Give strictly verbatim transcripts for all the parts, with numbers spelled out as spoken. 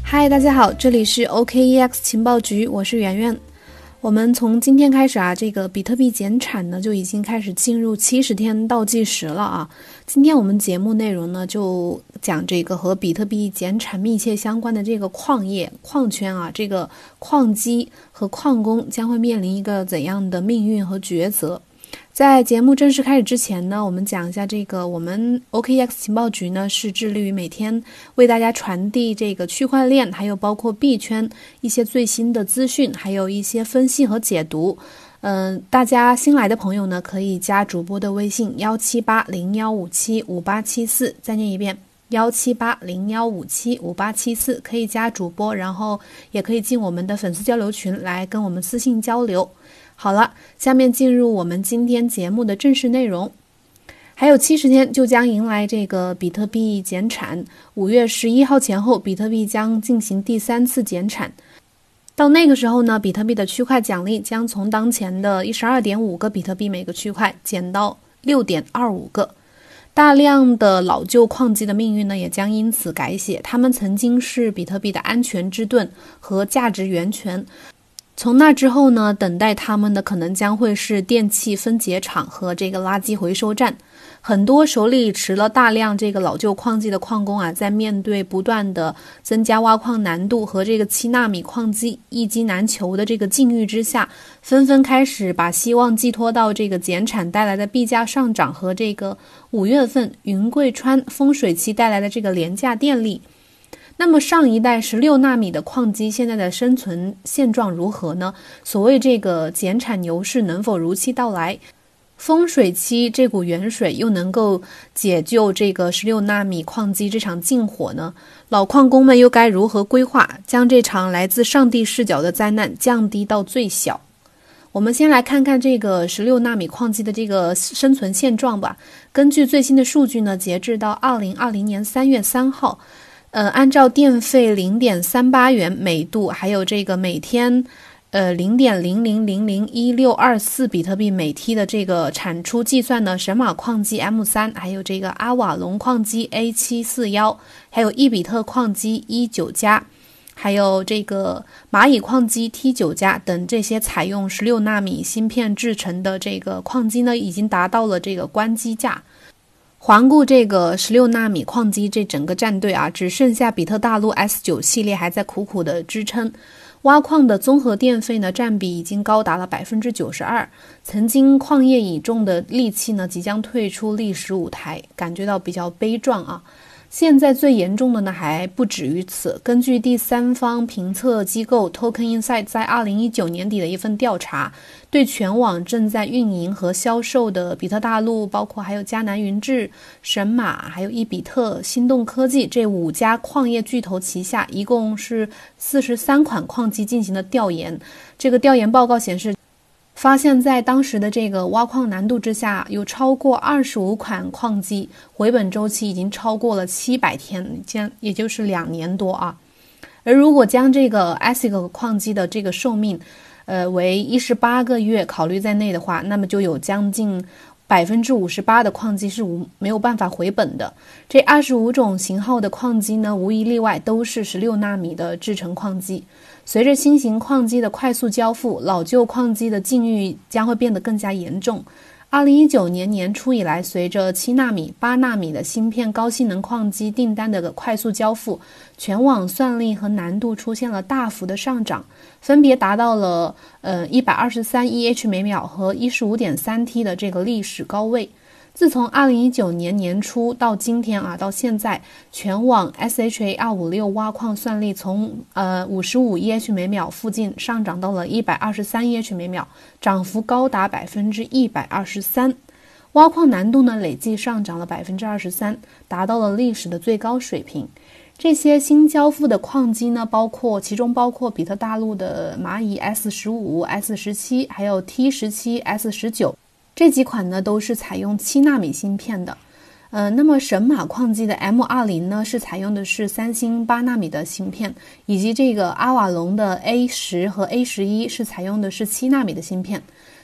嗨，大家好，这里是 O K E X 情报局，我是圆圆。我们从今天开始啊，这个比特币减产呢就已经开始进入七十天倒计时了啊。今天我们节目内容呢就讲这个和比特币减产密切相关的这个矿业、矿圈啊，这个矿机和矿工将会面临一个怎样的命运和抉择。在节目正式开始之前呢，我们讲一下这个我们 O K E X 情报局呢是致力于每天为大家传递这个区块链还有包括币圈一些最新的资讯，还有一些分析和解读。嗯、呃，大家新来的朋友呢可以加主播的微信幺七八零幺五七五八七四，再念一遍幺七八零幺五七五八七四，可以加主播，然后也可以进我们的粉丝交流群来跟我们私信交流。好了，下面进入我们今天节目的正式内容。还有七十天就将迎来这个比特币减产，五月十一号前后，比特币将进行第三次减产。到那个时候呢，比特币的区块奖励将从当前的 十二点五个比特币每个区块减到 六点二五个。大量的老旧矿机的命运呢，也将因此改写。他们曾经是比特币的安全之盾和价值源泉。从那之后呢，等待他们的可能将会是电器分解厂和这个垃圾回收站。很多手里持了大量这个老旧矿机的矿工啊，在面对不断的增加挖矿难度和这个七纳米矿机一机难求的这个境遇之下，纷纷开始把希望寄托到这个减产带来的币价上涨和这个五月份云贵川风水期带来的这个廉价电力。那么上一代十六纳米的矿机现在的生存现状如何呢？所谓这个减产牛市能否如期到来？风水期这股元水又能够解救这个十六纳米矿机这场禁火呢？老矿工们又该如何规划，将这场来自上帝视角的灾难降低到最小？我们先来看看这个十六纳米矿机的这个生存现状吧。根据最新的数据呢，截至到二零二零年三月三号，呃，按照电费 零点三八元每度，还有这个每天呃 零点零零零零一六二四 比特币每 T 的这个产出计算呢，神马矿机 M 三， 还有这个阿瓦隆矿机 A 七四一， 还有伊比特矿机 E 九加，还有这个蚂蚁矿机 T 九加 等这些采用十六纳米芯片制成的这个矿机呢，已经达到了这个关机价。环顾这个十六纳米矿机这整个战队啊，只剩下比特大陆 S 九 系列还在苦苦的支撑。挖矿的综合电费呢，占比已经高达了 百分之九十二。 曾经矿业倚重的利器呢，即将退出历史舞台，感觉到比较悲壮啊。现在最严重的呢还不止于此。根据第三方评测机构 Token Insight 在二零一九年底的一份调查，对全网正在运营和销售的比特大陆，包括还有迦南云智、神马、还有伊比特、心动科技这五家矿业巨头旗下，一共是四十三款矿机进行了调研。这个调研报告显示，发现在当时的这个挖矿难度之下，有超过二十五款矿机回本周期已经超过了七百天，也就是两年多啊。而如果将这个 A S I C 矿机的这个寿命呃为十八个月考虑在内的话，那么就有将近百分之五十八的矿机是无没有办法回本的。这二十五种型号的矿机呢，无一例外都是十六纳米的制成矿机。随着新型矿机的快速交付，老旧矿机的境遇将会变得更加严重。二零一九年年初以来，随着七纳米、八纳米的芯片高性能矿机订单的快速交付，全网算力和难度出现了大幅的上涨，分别达到了呃一百二十三 E H 每秒和 十五点三 T 的这个历史高位。自从二零一九年年初到今天啊，到现在，全网 S H A 二五六 挖矿算力从呃五十五 E H 每秒附近上涨到了一百二十三 E H 每秒，涨幅高达百分之一百二十三。挖矿难度呢，累计上涨了百分之二十三，达到了历史的最高水平。这些新交付的矿机呢，包括其中包括比特大陆的蚂蚁 S 十五、S 十七，还有 T 十七、S 十九。这几款呢都是采用七纳米芯片的，呃，那么神马矿机的 M 二十 呢是采用的是三星八纳米的芯片，以及这个阿瓦隆的 A 十 和 A 十一 是采用的是七纳米的芯片。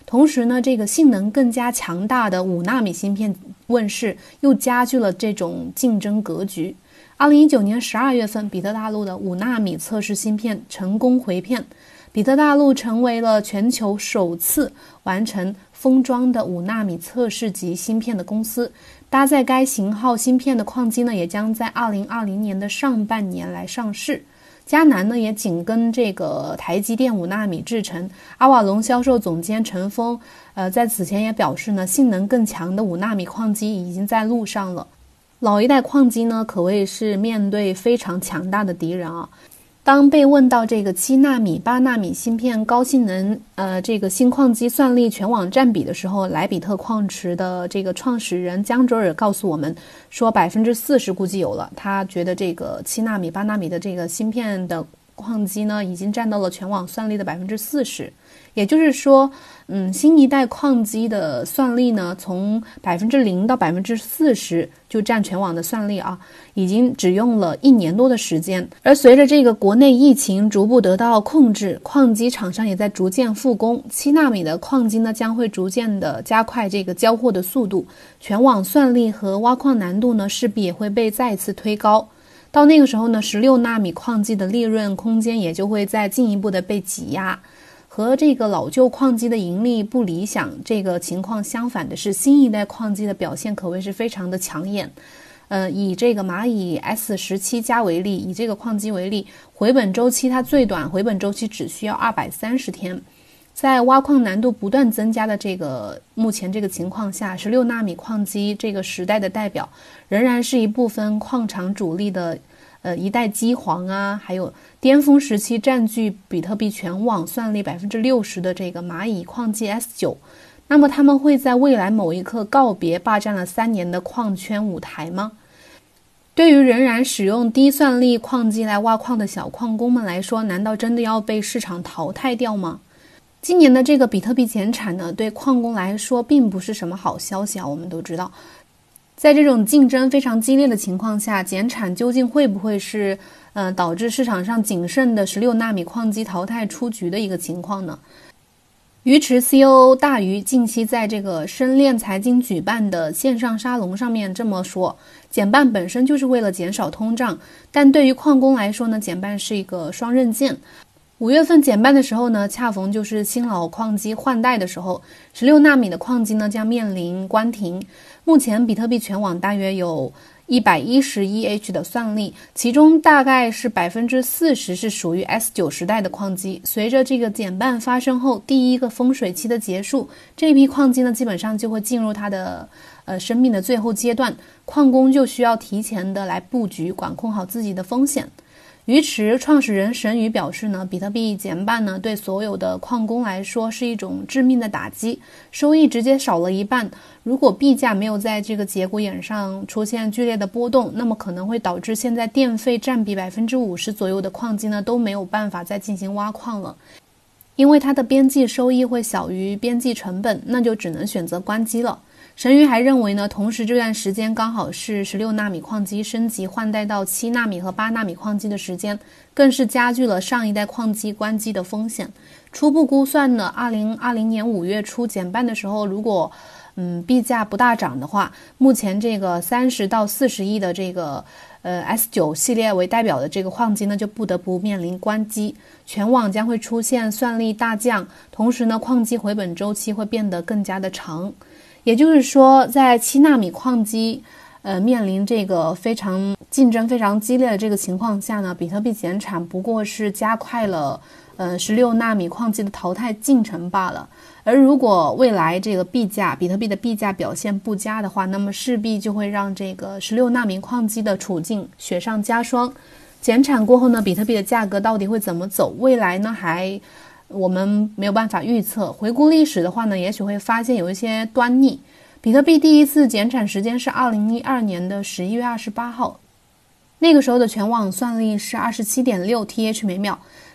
同时呢，这个性能更加强大的五纳米芯片问世，又加剧了这种竞争格局。二零一九年十二月份，比特大陆的五纳米测试芯片成功回片，比特大陆成为了全球首次完成封装的五纳米测试级芯片的公司。搭载该型号芯片的矿机呢，也将在二零二零年的上半年来上市。嘉楠呢也紧跟这个台积电五纳米制程。阿瓦隆销售总监陈峰呃在此前也表示呢，性能更强的五纳米矿机已经在路上了。老一代矿机呢可谓是面对非常强大的敌人啊。当被问到这个七纳米、八纳米芯片高性能呃这个新矿机算力全网占比的时候，莱比特矿池的这个创始人江哲尔告诉我们说 百分之四十 估计有了。他觉得这个七纳米、八纳米的这个芯片的矿机呢，已经占到了全网算力的 百分之四十。也就是说，嗯，新一代矿机的算力呢，从百分之零到百分之四十就占全网的算力啊，已经只用了一年多的时间。而随着这个国内疫情逐步得到控制，矿机厂商也在逐渐复工，七纳米的矿机呢将会逐渐的加快这个交货的速度，全网算力和挖矿难度呢势必也会被再次推高。到那个时候呢，十六纳米矿机的利润空间也就会再进一步的被挤压。和这个老旧矿机的盈利不理想这个情况相反的是，新一代矿机的表现可谓是非常的抢眼。呃，以这个蚂蚁 S 十七 加为例，以这个矿机为例，回本周期它最短回本周期只需要二百三十天。在挖矿难度不断增加的这个目前这个情况下，十六纳米矿机这个时代的代表，仍然是一部分矿场主力的呃一代机皇啊，还有巅峰时期占据比特币全网算力 百分之六十 的这个蚂蚁矿机 S 九。那么他们会在未来某一刻告别霸占了三年的矿圈舞台吗？对于仍然使用低算力矿机来挖矿的小矿工们来说，难道真的要被市场淘汰掉吗？今年的这个比特币减产呢，对矿工来说并不是什么好消息啊。我们都知道，在这种竞争非常激烈的情况下，减产究竟会不会是呃导致市场上仅剩的十六纳米矿机淘汰出局的一个情况呢？鱼池 C O O 大鱼近期在这个深链财经举办的线上沙龙上面这么说，减半本身就是为了减少通胀，但对于矿工来说呢，减半是一个双刃剑。五月份减半的时候呢，恰逢就是新老矿机换代的时候，十六纳米的矿机呢将面临关停。目前比特币全网大约有一百一十 E H 的算力，其中大概是 百分之四十 是属于 S 九 时代的矿机。随着这个减半发生后，第一个风水期的结束，这批矿机呢基本上就会进入它的呃生命的最后阶段，矿工就需要提前的来布局，管控好自己的风险。鱼池创始人沈宇表示呢，比特币减半呢对所有的矿工来说是一种致命的打击，收益直接少了一半。如果币价没有在这个节骨眼上出现剧烈的波动，那么可能会导致现在电费占比 百分之五十 左右的矿机呢都没有办法再进行挖矿了，因为它的边际收益会小于边际成本，那就只能选择关机了。沈宇还认为呢，同时这段时间刚好是十六纳米矿机升级换代到七纳米和八纳米矿机的时间，更是加剧了上一代矿机关机的风险。初步估算呢，二零二零年五月初减半的时候，如果嗯币价不大涨的话，目前这个三十到四十亿的这个呃 S 九 系列为代表的这个矿机呢，就不得不面临关机，全网将会出现算力大降，同时呢，矿机回本周期会变得更加的长。也就是说，在七纳米矿机呃面临这个非常竞争非常激烈的这个情况下呢，比特币减产不过是加快了呃十六纳米矿机的淘汰进程罢了。而如果未来这个币价比特币的币价表现不佳的话，那么势必就会让这个十六纳米矿机的处境雪上加霜。减产过后呢，比特币的价格到底会怎么走？未来呢还我们没有办法预测。回顾历史的话呢，也许会发现有一些端倪。比特币第一次减产时间是二零一二年的十一月二十八号，那个时候的全网算力是 二十七点六 T H 每秒，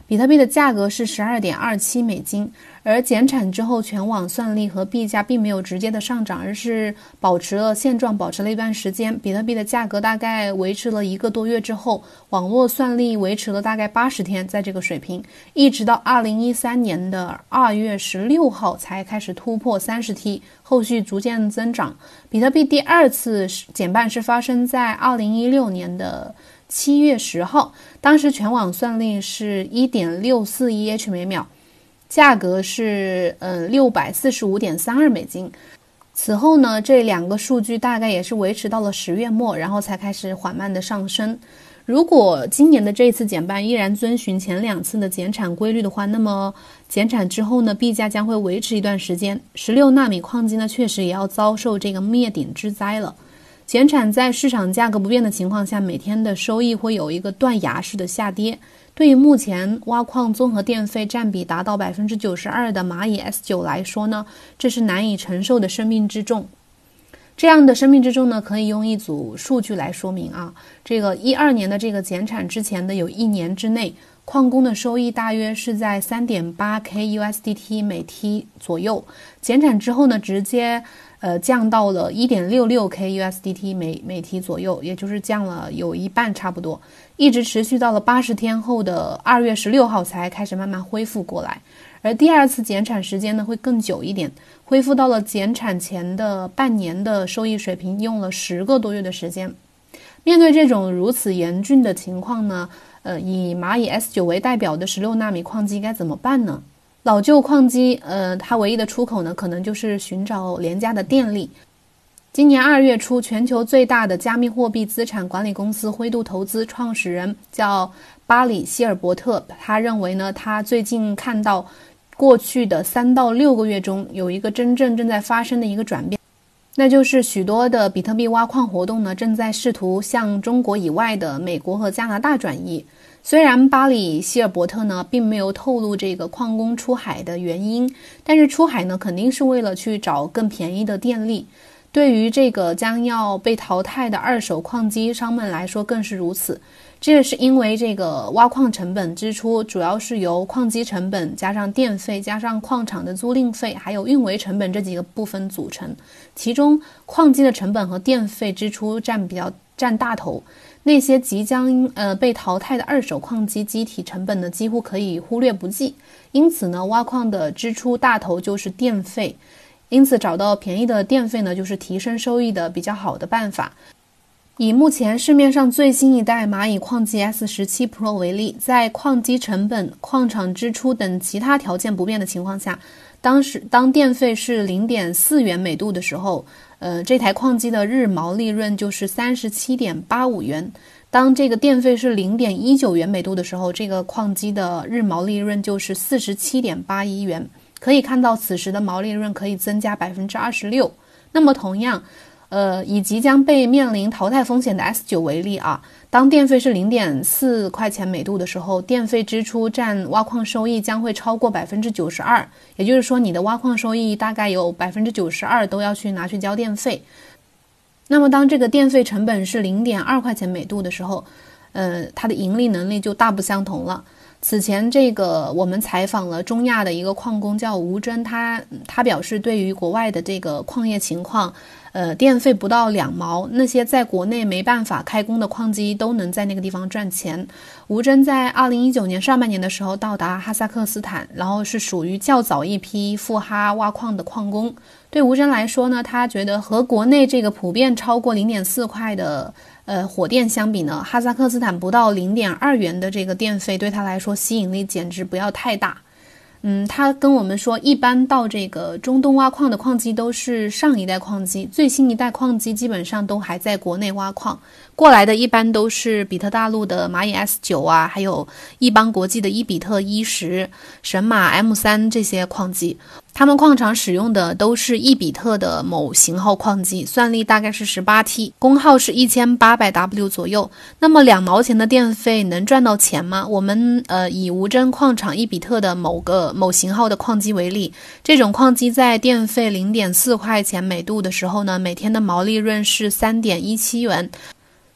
比特币的价格是 十二点二七美金，而减产之后全网算力和币价并没有直接的上涨，而是保持了现状，保持了一段时间。比特币的价格大概维持了一个多月之后，网络算力维持了大概八十天在这个水平，一直到二零一三年的二月十六号才开始突破 三十 T， 后续逐渐增长。比特币第二次减半是发生在二零一六年的七月十号，当时全网算力是 一点六四一 H 每秒，价格是呃 六百四十五点三二美金。此后呢，这两个数据大概也是维持到了十月末，然后才开始缓慢的上升。如果今年的这一次减半依然遵循前两次的减产规律的话，那么减产之后呢，币价将会维持一段时间。十六纳米矿机呢，确实也要遭受这个灭顶之灾了。减产在市场价格不变的情况下，每天的收益会有一个断崖式的下跌。对于目前挖矿综合电费占比达到 百分之九十二 的蚂蚁 S 九 来说呢，这是难以承受的生命之重。这样的生命之重呢，可以用一组数据来说明啊。这个一二年的这个减产之前的有一年之内，矿工的收益大约是在 三点八 K U S D T 每 T 左右，减产之后呢，直接呃降到了 一点六六 K U S D T 每每 T 左右，也就是降了有一半差不多，一直持续到了八十天后的二月十六号才开始慢慢恢复过来。而第二次减产时间呢会更久一点，恢复到了减产前的半年的收益水平，用了十个多月的时间。面对这种如此严峻的情况呢，呃，以蚂蚁 S 九 为代表的十六纳米矿机该怎么办呢？老旧矿机，呃，它唯一的出口呢，可能就是寻找廉价的电力。今年二月初，全球最大的加密货币资产管理公司灰度投资创始人叫巴里希尔伯特，他认为呢，他最近看到过去的三到六个月中有一个真正正在发生的一个转变，那就是许多的比特币挖矿活动呢正在试图向中国以外的美国和加拿大转移。虽然巴里希尔伯特呢并没有透露这个矿工出海的原因，但是出海呢肯定是为了去找更便宜的电力。对于这个将要被淘汰的二手矿机商们来说更是如此。这也是因为这个挖矿成本支出主要是由矿机成本加上电费加上矿场的租赁费还有运维成本这几个部分组成，其中矿机的成本和电费支出占比较占大头。那些即将呃被淘汰的二手矿机机体成本呢几乎可以忽略不计，因此呢挖矿的支出大头就是电费，因此找到便宜的电费呢就是提升收益的比较好的办法。以目前市面上最新一代蚂蚁矿机 S 十七 Pro 为例，在矿机成本、矿场支出等其他条件不变的情况下，当时当电费是 零点四元每度的时候，呃，这台矿机的日毛利润就是 三十七点八五元。当这个电费是 零点一九元每度的时候，这个矿机的日毛利润就是 四十七点八一元。可以看到此时的毛利润可以增加 百分之二十六。那么同样呃，以即将被面临淘汰风险的 S 九 为例啊，当电费是 零点四块钱每度的时候，电费支出占挖矿收益将会超过 百分之九十二， 也就是说你的挖矿收益大概有 百分之九十二 都要去拿去交电费。那么当这个电费成本是 零点二块钱每度的时候，呃，它的盈利能力就大不相同了。此前这个我们采访了中亚的一个矿工叫吴真，他他表示对于国外的这个矿业情况，呃，电费不到两毛，那些在国内没办法开工的矿机都能在那个地方赚钱。吴真在二零一九年上半年的时候到达哈萨克斯坦，然后是属于较早一批赴哈挖矿的矿工。对吴真来说呢，他觉得和国内这个普遍超过 零点四块的呃火电相比呢，哈萨克斯坦不到 零点二元的这个电费对他来说吸引力简直不要太大。嗯，他跟我们说，一般到这个中东挖矿的矿机都是上一代矿机，最新一代矿机基本上都还在国内挖矿，过来的一般都是比特大陆的蚂蚁 S 九 啊，还有亿邦国际的伊比特一十、神马 M 三 这些矿机。他们矿场使用的都是伊比特的某型号矿机，算力大概是 十八 T， 功耗是一千八百 W 左右。那么两毛钱的电费能赚到钱吗？我们呃以无针矿场伊比特的某个某型号的矿机为例，这种矿机在电费 零点四块钱每度的时候呢，每天的毛利润是 三点一七元。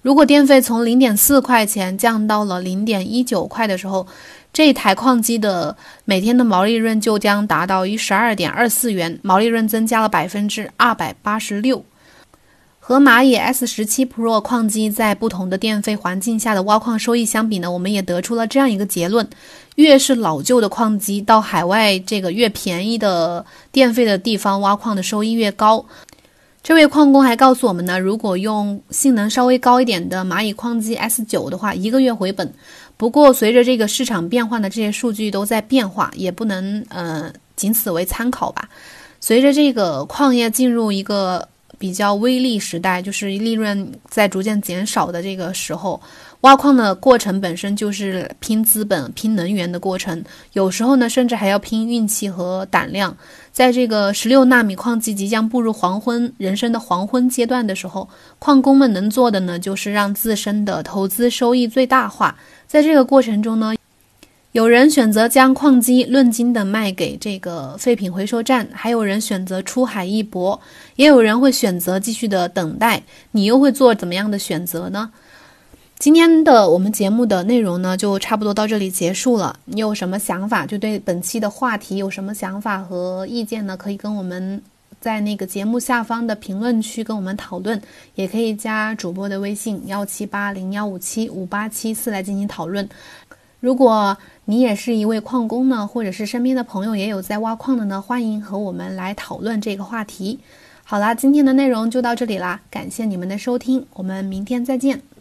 如果电费从 零点四块钱降到了 零点一九块的时候，这一台矿机的每天的毛利润就将达到于 十二点二四元，毛利润增加了 百分之二百八十六。和蚂蚁 S 十七 Pro 矿机在不同的电费环境下的挖矿收益相比呢，我们也得出了这样一个结论：越是老旧的矿机，到海外这个越便宜的电费的地方挖矿的收益越高。这位矿工还告诉我们呢，如果用性能稍微高一点的蚂蚁矿机 S 九 的话，一个月回本。不过随着这个市场变化的这些数据都在变化，也不能呃仅此为参考吧。随着这个矿业进入一个比较微利时代，就是利润在逐渐减少的这个时候，挖矿的过程本身就是拼资本、拼能源的过程，有时候呢甚至还要拼运气和胆量。在这个十六纳米矿机即将步入黄昏人生的黄昏阶段的时候，矿工们能做的呢就是让自身的投资收益最大化。在这个过程中呢，有人选择将矿机论斤的卖给这个废品回收站，还有人选择出海一搏，也有人会选择继续的等待。你又会做怎么样的选择呢？今天的我们节目的内容呢，就差不多到这里结束了。你有什么想法，就对本期的话题有什么想法和意见呢？可以跟我们在那个节目下方的评论区跟我们讨论，也可以加主播的微信幺七八零幺五七五八七四来进行讨论。如果你也是一位矿工呢，或者是身边的朋友也有在挖矿的呢，欢迎和我们来讨论这个话题。好啦，今天的内容就到这里啦，感谢你们的收听，我们明天再见。